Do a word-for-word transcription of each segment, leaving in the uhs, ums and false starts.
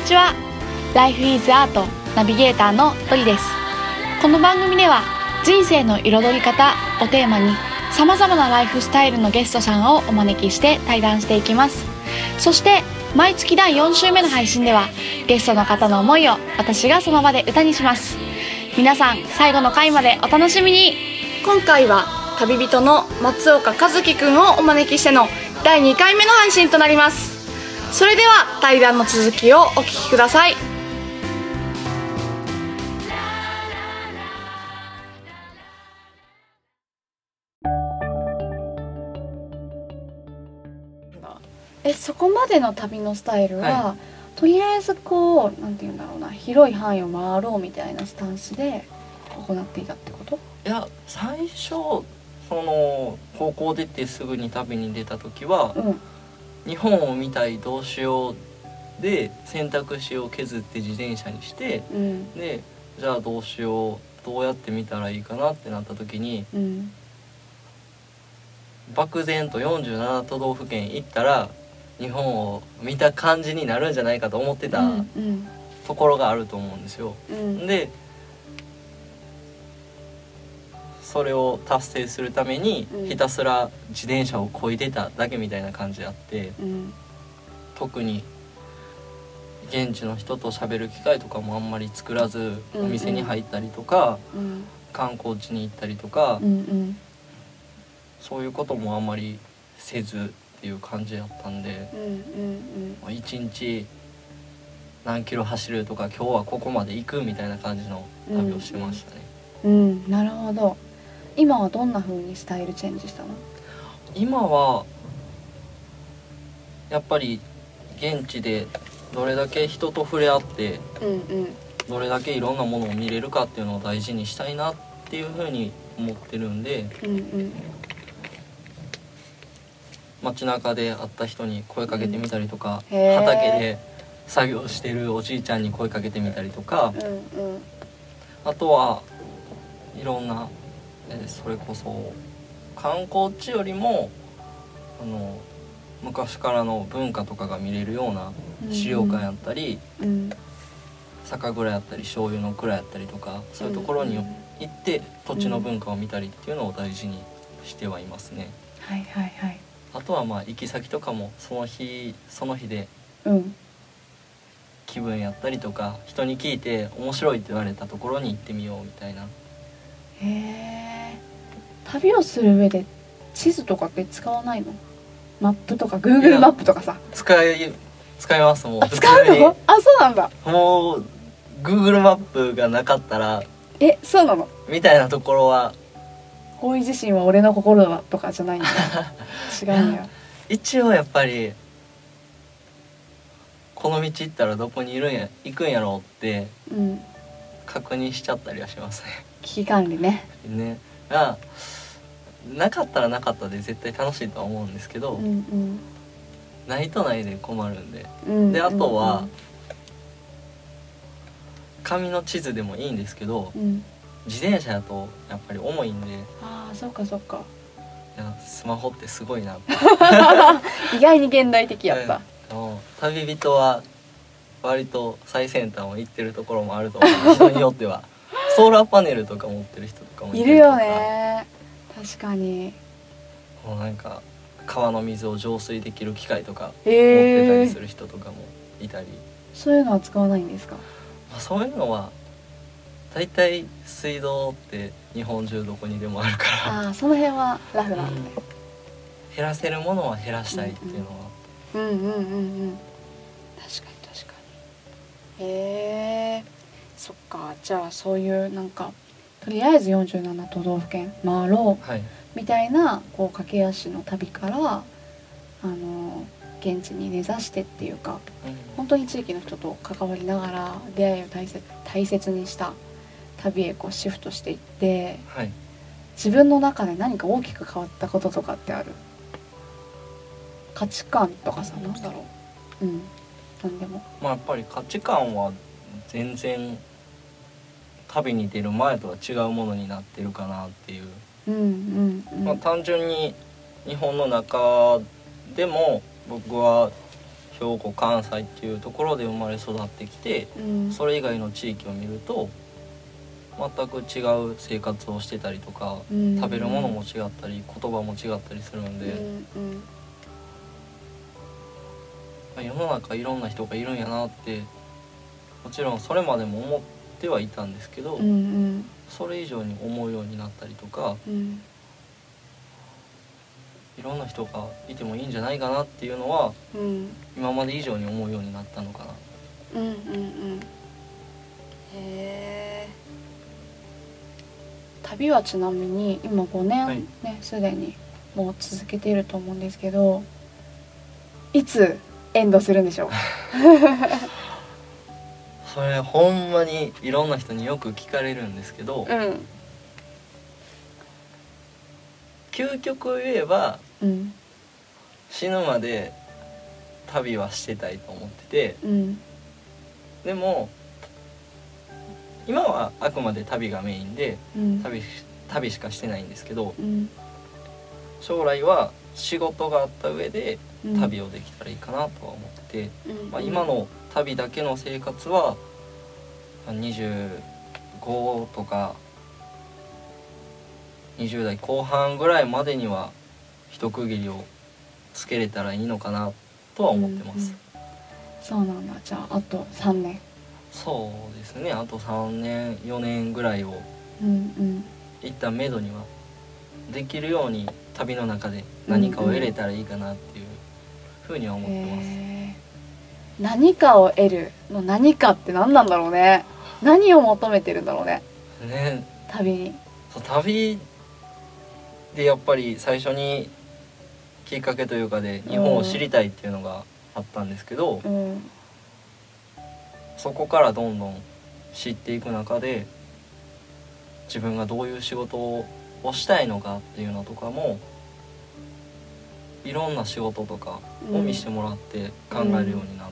ちは。 Life is Art ナビゲーターのドリです。この番組では人生の彩り方をテーマにさまざまなライフスタイルのゲストさんをお招きして対談していきます。そして毎月だいよん週目の配信ではゲストの方の思いを私がその場で歌にします。皆さん最後の回までお楽しみに。今回は旅人の松岡和樹くんをお招きしてのだいにかいめの配信となります。それでは対談の続きをお聞きください。えそこまでの旅のスタイルは、はい、とりあえずこうなんていうんだろうな、広い範囲を回ろうみたいなスタンスで行っていたってこと？ いや、最初その高校出てすぐに旅に出た時は、うん、日本を見たいどうしようで選択肢を削って自転車にして、うん、でじゃあどうしようどうやって見たらいいかなってなった時に、うん、漠然とよんじゅうなな都道府県行ったら日本を見た感じになるんじゃないかと思ってた、うんうん、ところがあると思うんですよ、うん、でそれを達成するためにひたすら自転車を漕いでただけみたいな感じであって、うん、特に現地の人と喋る機会とかもあんまり作らず、うんうん、お店に入ったりとか、うん、観光地に行ったりとか、うんうん、そういうこともあんまりせずっていう感じだったんで、うんうんうん、いちにち何キロ走るとか今日はここまで行くみたいな感じの旅をしてましたね、 うんうんうん、なるほど。今はどんな風にスタイルチェンジしたの？ 今はやっぱり現地でどれだけ人と触れ合って、うんうん、どれだけいろんなものを見れるかっていうのを大事にしたいなっていう風に思ってるんで、うんうん、街中で会った人に声かけてみたりとか、うん、畑で作業してるおじいちゃんに声かけてみたりとか、うんうん、あとはいろんなそれこそ観光地よりもあの昔からの文化とかが見れるような資料館やったり、うん、酒蔵やったり醤油の蔵やったりとかそういうところに行って土地の文化を見たりっていうのを大事にしてはいますね、 うん、はいはいはい。 あとはまあ行き先とかもその日その日で気分やったりとか人に聞いて面白いって言われたところに行ってみようみたいな。 へえ。旅をする上で地図とかって使わないの？マップとか Google マップとかさ。 使い使いますもん。 使うの？あ、そうなんだ。 もう Google マップがなかったらえ、そうなの？ みたいなところは方位自身は俺の心だとかじゃないんだ。違うんや。 一応やっぱりこの道行ったらどこにいるんや行くんやろうって確認しちゃったりはしますね。 危機管理ね。 ね。がなかったらなかったで絶対楽しいとは思うんですけど、うんうん、ないとないで困るんで、うんうんうん、であとは紙の地図でもいいんですけど、うん、自転車だとやっぱり重いんで。 ああ、そっかそっか。 いやスマホってすごいなって意外に現代的やった、 うん、旅人は割と最先端を行ってるところもあると思う人によってはソーラーパネルとか持ってる人とかもいるいるよね。確かに。 もうなんか川の水を浄水できる機械とか持ってたりする人とかもいたり、 そういうのは使わないんですか？ まあ、そういうのはだいたい水道って日本中どこにでもあるからああ、その辺はラフなんで、うん、 減らせるものは減らしたいっていうのは、 うんうん、うんうんうんうん確かに確かに。へえ。そっか。じゃあそういうなんかとりあえずよんじゅうなな都道府県回ろう、はい、みたいなこう駆け足の旅からあの現地に根ざしてっていうか、うん、本当に地域の人と関わりながら出会いを大切、大切にした旅へこうシフトしていって、はい、自分の中で何か大きく変わったこととかってある？価値観とかさ、なんだろう、うん、なんでも。 まあやっぱり価値観は全然旅に出る前とは違うものになってるかなっていう、うんうんうん、まあ単純に日本の中でも僕は兵庫関西っていうところで生まれ育ってきて、うん、それ以外の地域を見ると全く違う生活をしてたりとか、うん、食べるものも違ったり言葉も違ったりするんで、うんうん、世の中いろんな人がいるんやなってもちろんそれまでも思ってはいたんですけど、うんうん、それ以上に思うようになったりとか、うん、いろんな人がいてもいいんじゃないかなっていうのは、うん、今まで以上に思うようになったのかな。うんうんうん、 へー。旅はちなみに今ごねんねすで、はい、にもう続けていると思うんですけど、いつエンドするんでしょう？ それほんまにいろんな人によく聞かれるんですけど、うん、究極言えば、うん、死ぬまで旅はしてたいと思ってて、うん、でも今はあくまで旅がメインで、うん、旅, 旅しかしてないんですけど、うん、将来は仕事があった上で旅をできたらいいかなとは思ってて、うんまあ、今の旅だけの生活はにじゅうごとかにじゅう代後半ぐらいまでには一区切りをつけれたらいいのかなとは思ってます、 うんうん、そうなんだ。じゃああとさんねん。 そうですね、あとさんねんよねんぐらいを、うんうん、一旦目処にはできるように旅の中で何かを得れたらいいかなっていうふうには思ってます、 へー。何かを得るの何かって何なんだろうね。何を求めてるんだろうね、ね、旅に。 そう、旅でやっぱり最初にきっかけというかで日本を知りたいっていうのがあったんですけど、うん、そこからどんどん知っていく中で自分がどういう仕事をしたいのかっていうのとかもいろんな仕事とかを見せてもらって考えるようになって、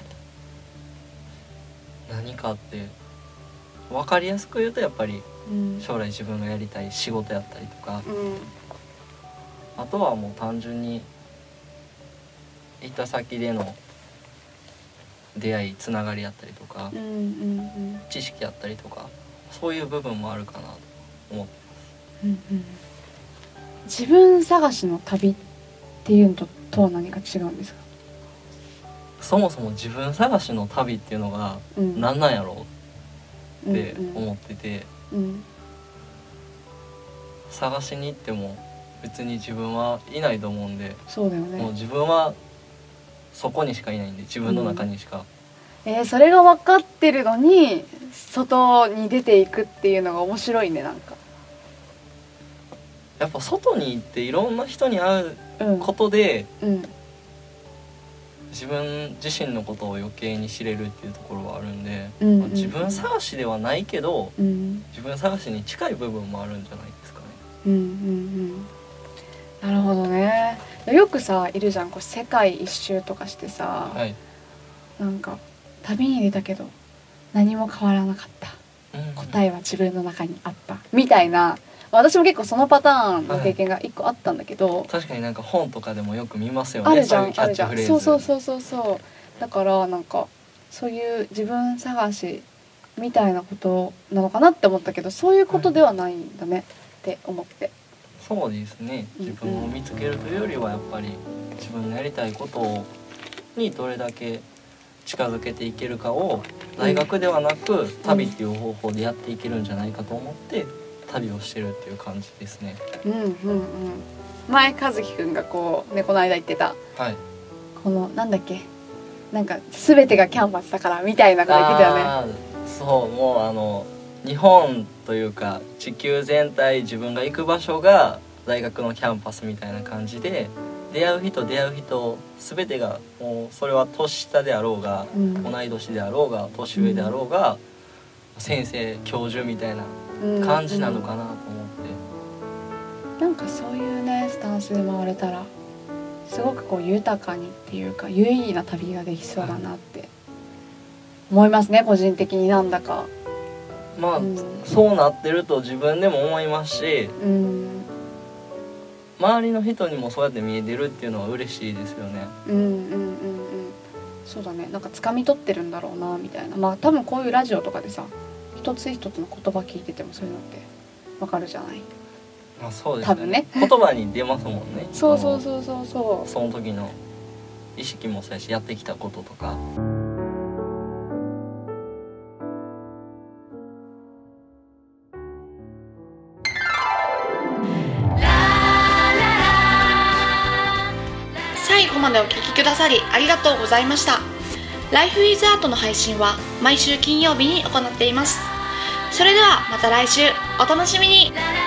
うん、何かって分かりやすく言うとやっぱり将来自分がやりたい仕事やったりとか、うん、あとはもう単純に行った先での出会いつながりやったりとか、うんうんうん、知識やったりとかそういう部分もあるかなと思ってます、うんうん、 自分探しの旅っていうの と, とは何か違うんですか？ そもそも自分探しの旅っていうのが何なんやろうって思ってて、うんうんうん、探しに行っても別に自分はいないと思うんで、 そうだよね、 もう自分はそこにしかいないんで自分の中にしか、 うん、えー、それが分かってるのに外に出ていくっていうのが面白いね。なんかやっぱ外に行っていろんな人に会うことで、うんうん、自分自身のことを余計に知れるっていうところはあるんで、うんうんうん、自分探しではないけど、うん、自分探しに近い部分もあるんじゃないですかね、うんうんうん、 なるほどね。よくさいるじゃん、こう世界一周とかしてさ、はい、なんか旅に出たけど何も変わらなかった、うんうん、答えは自分の中にあったみたいな。私も結構そのパターンの経験が一個あったんだけど、はい、 確かになんか本とかでもよく見ますよね。 あるじゃん、あるじゃん。そうそうそうそうそう。だからなんかそういう自分探しみたいなことなのかなって思ったけど、そういうことではないんだね、はい、って思って。 そうですね。自分を見つけるというよりはやっぱり自分のやりたいことにどれだけ近づけていけるかを大学ではなく旅っていう方法でやっていけるんじゃないかと思って旅をしてるっていう感じですね。 うんうんうん。前和樹くんがこうねこの間言ってた、はい、このなんだっけ、なんか全てがキャンパスだからみたいなこと言ってたよね。 そう、もうあの日本というか地球全体自分が行く場所が大学のキャンパスみたいな感じで、出会う人出会う人全てがもうそれは年下であろうが、うん、同い年であろうが年上であろうが、うん、先生教授みたいな感じなのかなと思って、 うんうん、なんかそういうねスタンスで回れたらすごくこう豊かにっていうか有意義な旅ができそうだなって思いますね、個人的に。なんだかまあ、うん、そうなってると自分でも思いますし、うん、周りの人にもそうやって見えてるっていうのは嬉しいですよね。うんうんうんうん。 そうだね、なんか掴み取ってるんだろうなみたいな。まあ多分こういうラジオとかでさ一つ一つの言葉聞いててもそういうのってわかるじゃない。 まあそうですね、多分ね言葉に出ますもんねそうそうそうそうそう、 その時の意識もそうやし、やってきたこととか。 最後までお聞きくださりありがとうございました。Life with Art の配信は毎週金曜日に行っています。それではまた来週お楽しみに。